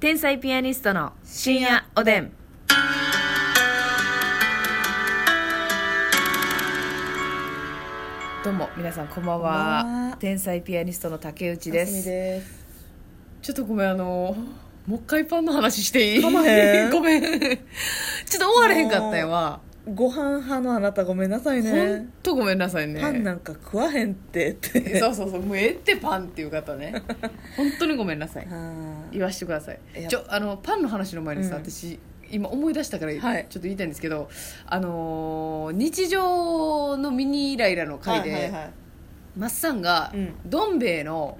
天才ピアニストの深夜おでん。どうも皆さんこんばんは。天才ピアニストの竹内です。 です。 ちょっとごめん、もう一回パンの話していい？ かまへんごめんちょっと終われへんかったんやわ。 ご飯派のあなたごめんなさいね。 ほんとごめんなさいね。 パンなんか食わへんってそうそうそう、もうええってパンっていう方ね本当にごめんなさい。言わしてください。パンの話の前にさ、私今思い出したからちょっと言いたいんですけど、日常のミニイライラの回で、マッサンが、どん兵衛の、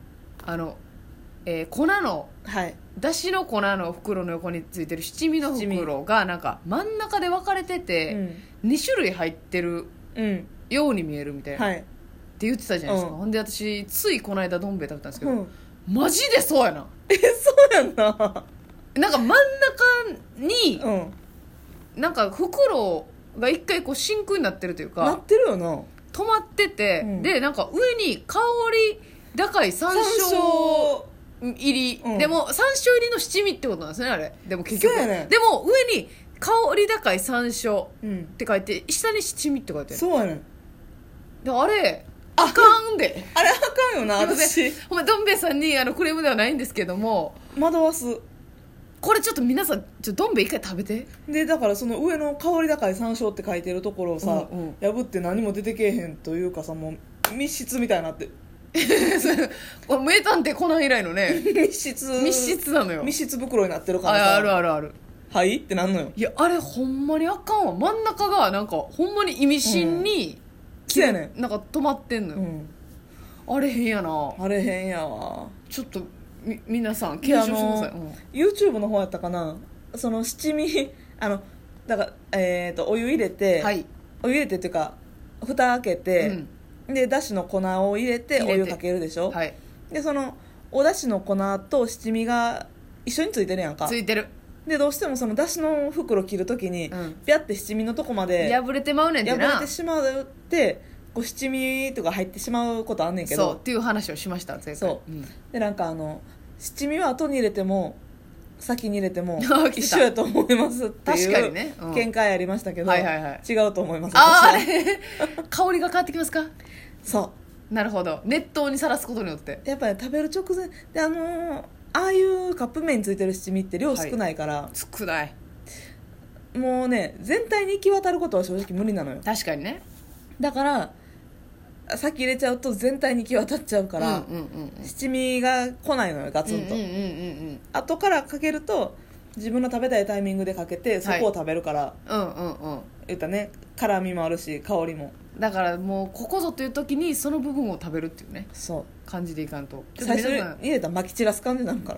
粉の、だしの粉の袋の横についてる七味の袋がなんか真ん中で分かれてて、2種類入ってるように見えるみたいな、って言ってたじゃないですか。ほんで私ついこの間どん兵衛食べたんですけど、マジでそうやな。 そうやんな。 なんか真ん中に、なんか袋が一回こう真空になってるというか、 なってるよな。 止まってて、でなんか上に香り高い山椒入り、でも山椒入りの七味ってことなんですね、あれ。でも結局、でも上に香り高い山椒って書いて、下に七味って書いてる。 そうやねん。 であれあかんで。 あれあかんよな。私ほんまどん兵衛さんにクレームではないんですけども、 惑わす。 これちょっと皆さんどん兵衛一回食べて。 でだからその上の香り高い山椒って書いてるところをさ、破って何も出てけえへんというかさ、もう密室みたいになって名探偵コナン以来のね密室なのよ。 密室袋になってるからさ、 あるあるある。 はいってなんのよ。 いやあれほんまにあかんわ。真ん中がなんかほんまに意味深に、なんか止まってんのよ、あれへんやな。 あれへんやわ。 ちょっと皆さん検証してください。 YouTube の方やったかな、その七味だからお湯入れて、お湯入れてっていうか蓋開けて、でだしの粉を入れてお湯かけるでしょ、でそのおだしの粉と七味が一緒についてるやんか。 ついてる。 でどうしてもそのだしの袋切るときに、ピャって七味のとこまで破れてまうねんてな。 破れてしまうってこう七味とか入ってしまうことあんねんけど、 そうっていう話をしました前回。 そう、でなんか七味は後に入れても先に入れても一緒やと思いますっていう確かにね、 見解ありましたけど、違うと思います。 あれ香りが変わってきますか。 そうなるほど。熱湯にさらすことによってやっぱり食べる直前でああいうカップ麺についてる七味って量少ないから、 少ない。 もうね全体に行き渡ることは正直無理なのよ。 確かにね。 だから先入れちゃうと全体に行き渡っちゃうから、七味が来ないのよガツンと。後からかけると自分の食べたいタイミングでかけてそこを食べるから、言ったね、辛みもあるし香りも。だからもうここぞという時にその部分を食べるっていうね、 そう感じでいかんと。 最初に入れたら撒き散らす感じになるから、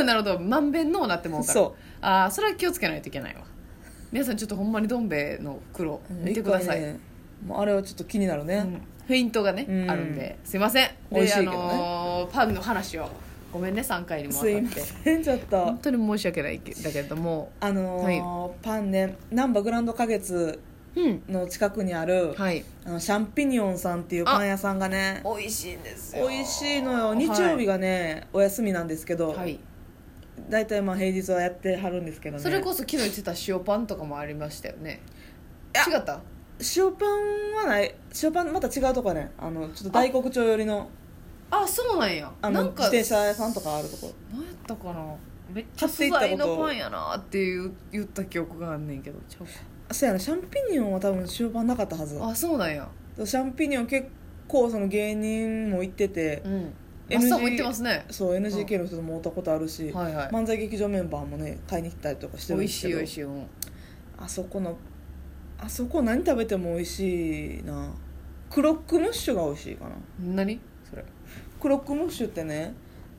なるほど。まんべんのなってもうから。そうそれは気をつけないといけないわ。皆さんちょっとほんまにどん兵衛の袋見てください。 もうあれはちょっと気になるね、 フェイントがね、あるんですいません。 美味しいけどね、 パンの話をごめんね3回にも分かって。すいませんちょっと本当に申し訳ないだけども、 パンね、なんばグランド花月の近くにある、シャンピニオンさんっていうパン屋さんがね美味しいんですよ。 美味しいのよ。日曜日がね、お休みなんですけど、だいたい平日はやってはるんですけどね。 それこそ昨日言ってた塩パンとかもありましたよね。違った？ 塩パンはない。塩パンまた違うとこね、ちょっと大黒町寄りの。 そうなんや。なんか自転車屋さんとかあるところ。 何やったかな。めっちゃ素材のパンやなって言った記憶があんねんけど、ちゃうか。 そうやな、シャンピニオンは多分塩パンなかったはず。 そうなんや。 シャンピニオン結構その芸人も行ってて、 マッサンも行ってますね。 そう NGK の人とも会ったことあるし、漫才劇場メンバーもね買いに来たりとかしてるんですけど、 美味しい。 あそこ何食べても美味しいな。クロックムッシュが美味しいかな。 何それ？ クロックムッシュってね、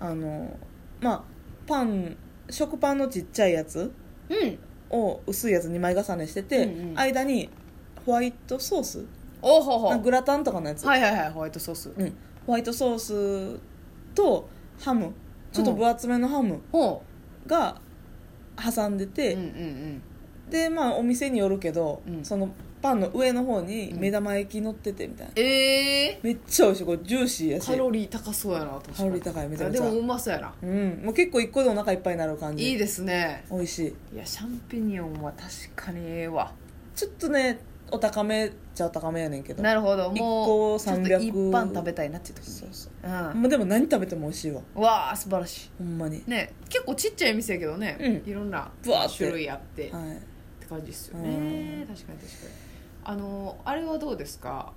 食パンのちっちゃいやつを薄いやつ2枚重ねしてて、間にホワイトソース、グラタンとかのやつ、ホワイトソース、 ホワイトソースとハム、ちょっと分厚めのハムが挟んでて、でお店によるけど、そのパンの上の方に目玉焼き乗っててみたいな、 めっちゃ美味しい。これジューシーやしカロリー高そうやな。確かにカロリー高い。めちゃめちゃでもうまそうやな。 もう結構1個でお腹いっぱいになる感じ。 いいですね。 美味しい。 いやシャンピニオンは確かにええわ。 ちょっとねお高めっちゃお高めやねんけど。 なるほど。もう 1個300。 ちょっと一般食べたいなっていう時に。 そうそう、 うん、 まあ、でも何食べても美味しいわ。 わあ素晴らしい。 ほんまにね、結構ちっちゃい店やけどね、いろんな種類あって、って感じですよね。確かに確かに。あれはどうですか？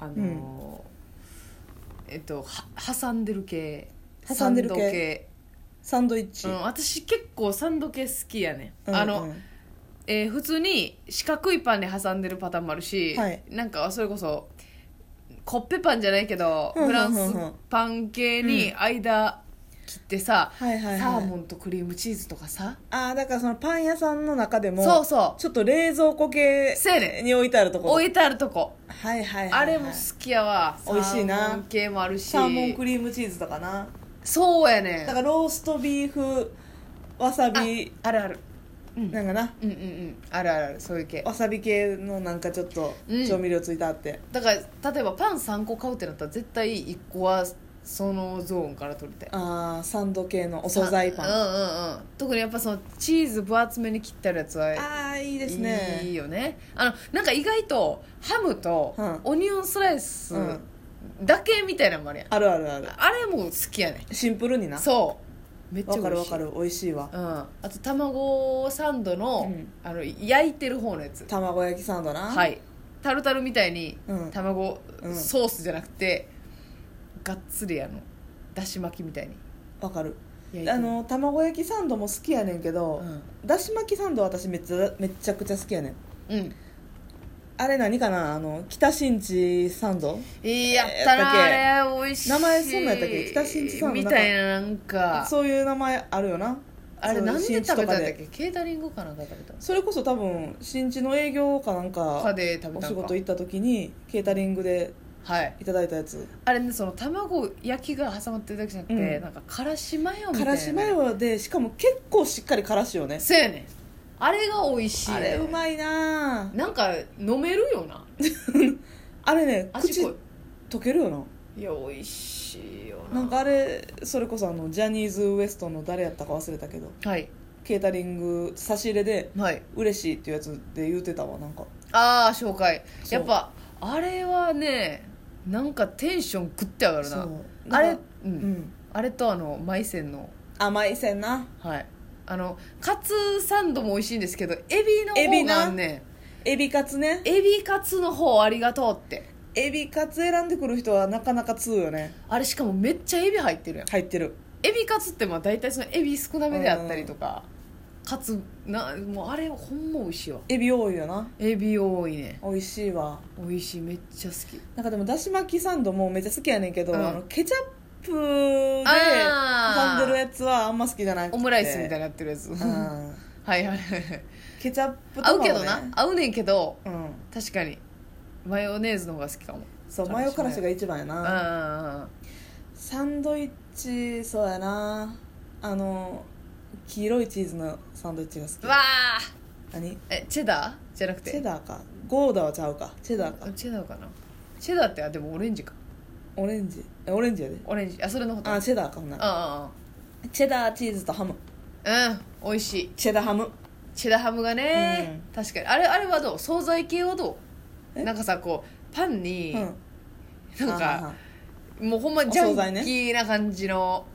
挟んでる系。 挟んでる系。サンドイッチ、 私結構サンド系好きやね。普通に四角いパンに挟んでるパターンもあるし、なんかそれこそコッペパンじゃないけど、フランスパン系に間切ってさ、サーモンとクリームチーズとかさ、 だからそのパン屋さんの中でもそうそう、 ちょっと冷蔵庫系に置いてあるとこ、あれも好きやわ。 美味しいな。 サーモン系もあるし、 サーモンクリームチーズとかな。 そうやね。 だからローストビーフわさび、 あるある、 なんかな、 あるある、そういう系、 わさび系のなんかちょっと調味料ついてあって、 だから例えばパン3個買うってなったら絶対1個はそのゾーンから取りたい。 サンド系のお惣菜パン、 特にやっぱそのチーズ分厚めに切ってあるやつはいいですね。 いいよね。なんか意外とハムとオニオンスライスだけみたいなのもあるやん。 あるあるある。 あれも好きやね。 シンプルにな。 そうめっちゃ美味しい。 わかるわかる、美味しいわ。 あと卵サンドの、焼いてる方のやつ、 卵焼きサンドな。 はい、タルタルみたいに卵、ソースじゃなくてがっつりだし巻きみたいに。 わかる。卵焼きサンドも好きやねんけど、だし巻きサンド私めちゃくちゃ好きやねん。あれ何かな、北新地サンドやったな。あれ美味しい。 名前そんなんやったっけ？北新地サンドみたいな、なんかそういう名前あるよな。 あれ何で食べたんだっけ？ケータリングかなんか食べたの？ それこそ多分新地の営業かなんかで食べたんか。 お仕事行った時にケータリングでいただいたやつ、 あれね、その卵焼きが挟まってるだけじゃなくて、なんかからしマヨみたいな、 からしマヨで、しかも結構しっかりからしよね。 そうやね、あれが美味しい、 あれうまいな。 なんか飲めるよなあれね、口溶けるよな。 いや美味しいよな。なんかあれそれこそジャニーズ WEST の誰やったか忘れたけど、ケータリング差し入れで嬉しいっていうやつで言うてたわ。なんか紹介やっぱあれはね、なんかテンショングッて上がるな。あれあれとマイセンの甘いせんな。 カツサンドも美味しいんですけど、エビの方がね、 エビカツね。 エビカツの方ありがとうって。 エビカツ選んでくる人はなかなか通よね。 あれしかもめっちゃエビ入ってるやん。 入ってる。 エビカツって大体そのエビ少なめであったりとか、カツもうあれほんま美味しいわ。 エビ多いよな。 エビ多いね。 美味しいわ。 美味しい、めっちゃ好き。 なんかでもだし巻きサンドもめっちゃ好きやねんけど、ケチャップで挟んでるやつはあんま好きじゃなくて、 オムライスみたいになってるやつはいはい。 ケチャップとかも、ね、 合うけどな、合うねんけど、確かにマヨネーズの方が好きかも。 そう、マヨからしが一番やな。サンドイッチ、そうやな、黄色いチーズのサンドイッチが好き。 わー、何？ チェダーじゃなくてチェダーか。ゴーダはちゃうか。チェダーか。 チェダーかな。チェダーってでもオレンジか。 オレンジやで。オレンジ、 それのこと。 チェダーかもな。チェダーチーズとハム。 美味しい。 チェダーハム。 チェダーハムがね、確かにあれはどう？惣菜系はどう？なんかさ、こうパンに、なんかもうほんまジャンキーな感じの、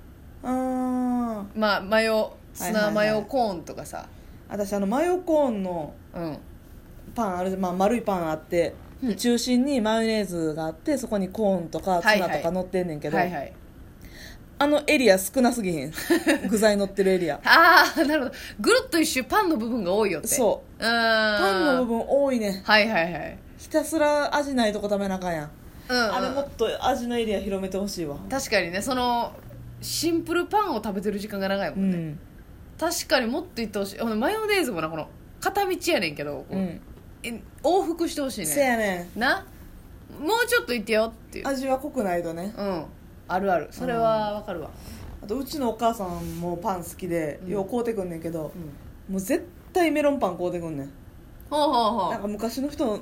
マヨ、ツナマヨコーンとかさ。 私マヨコーンのパンある、丸いパンあって、中心にマヨネーズがあって、そこにコーンとかツナとか乗ってんねんけど、エリア少なすぎへん具材乗ってるエリアなるほど。ぐるっと一周パンの部分が多いよって。 そう、パンの部分多いね。ひたすら味ないとこ食べなあかんやん。あれもっと味のエリア広めてほしいわ。 確かにね、そのシンプルパンを食べてる時間が長いもんね、確かにもっといってほしい。マヨネーズもな、この片道やねんけど、往復してほしいね。 せやねんな、もうちょっといってよっていう。 味は濃くないとね。 あるある、それはわかるわ。 あとうちのお母さんもパン好きで、よう買うてくんねんけど、もう絶対メロンパン買うてくんねん。なんか昔の人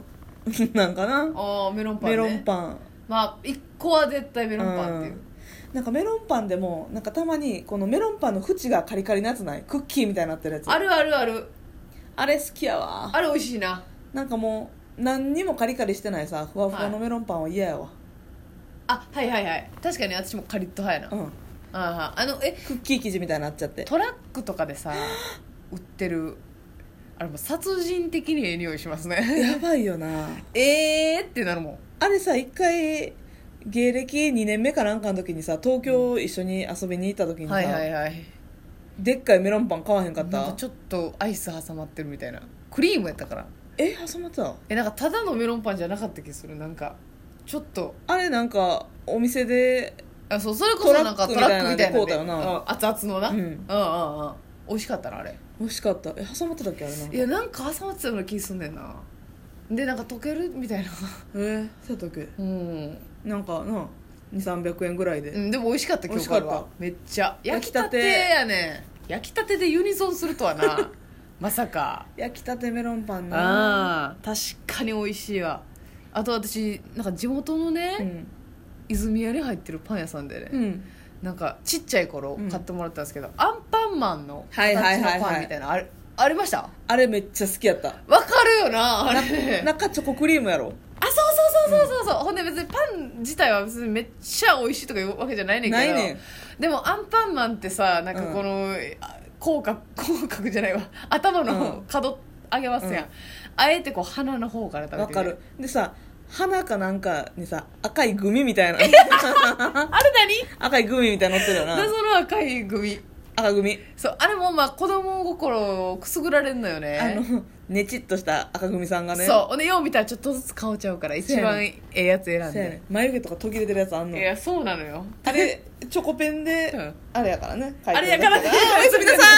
なんかな。 ああメロンパンね。 メロンパン。 まあ1個は絶対メロンパンっていう、 なんかメロンパンでもなんかたまにこのメロンパンの縁がカリカリのやつない、クッキーみたいになってるやつ。 あるあるある。 あれ好きやわ。 あれ美味しいな。 なんかもう何にもカリカリしてないさふわふわのメロンパンは嫌やわ、 あはいはいはい、確かに私もカリッと派やな。 うん、 あクッキー生地みたいになっちゃって。 トラックとかでさ売ってるあれも殺人的にええ匂いしますね。 やばいよな。 ってなるもん。 あれさ、一回芸歴2年目かなんかの時にさ、東京一緒に遊びに行った時にさ、 はいはいはい。 でっかいメロンパン買わへんかった？ なんかちょっとアイス挟まってるみたいな、クリームやったから。 挟まってた？ なんかただのメロンパンじゃなかった気する。なんかちょっとあれなんかお店でそう、それこそなんかトラックみたいなトラックみたいなので買うたよな。 熱々のな、 うん美味しかったなあれ。 美味しかった。挟まってたっけあれ？なんかいやなんか挟まってたような気すんねんな。でなんか溶けるみたいな。 そうやったっけ？ うんなんかな200-300円ぐらいで、 でも美味しかった記憶あるわ。めっちゃ焼きたて焼きたてやねん。焼きたてでユニゾンするとはな。まさか。 焼きたてメロンパンな。 確かに美味しいわ。あと私なんか地元のね、泉屋に入ってるパン屋さんでね、なんかちっちゃい頃買ってもらったんですけど、アンパンマンの形のパンみたいな、ありました。 あれめっちゃ好きやった。 わかるよなあれ。 中チョコクリームやろ。 そう、ほんで別にパン自体は別にめっちゃ美味しいとかいうわけじゃないねんけど、 ないねん。 でもアンパンマンってさ、なんかこの、口角じゃないわ、頭の角上げますやん、あえてこう鼻の方から食べてわかる。でさ、鼻かなんかにさ赤いグミみたいなあれ何赤いグミみたいなの乗ってるよな。 謎の赤いグミ。 赤グミ。 そう、あれもまあ子供心をくすぐられるのよね。 ねちっとした赤グミさんがね。 そうでよう見たらちょっとずつ顔ちゃうから一番ええやつ選んで、 眉毛とか途切れてるやつあんの。 いやそうなのよ。 あれチョコペンで、あれやからね。 あれやからね。 おやすみなさい。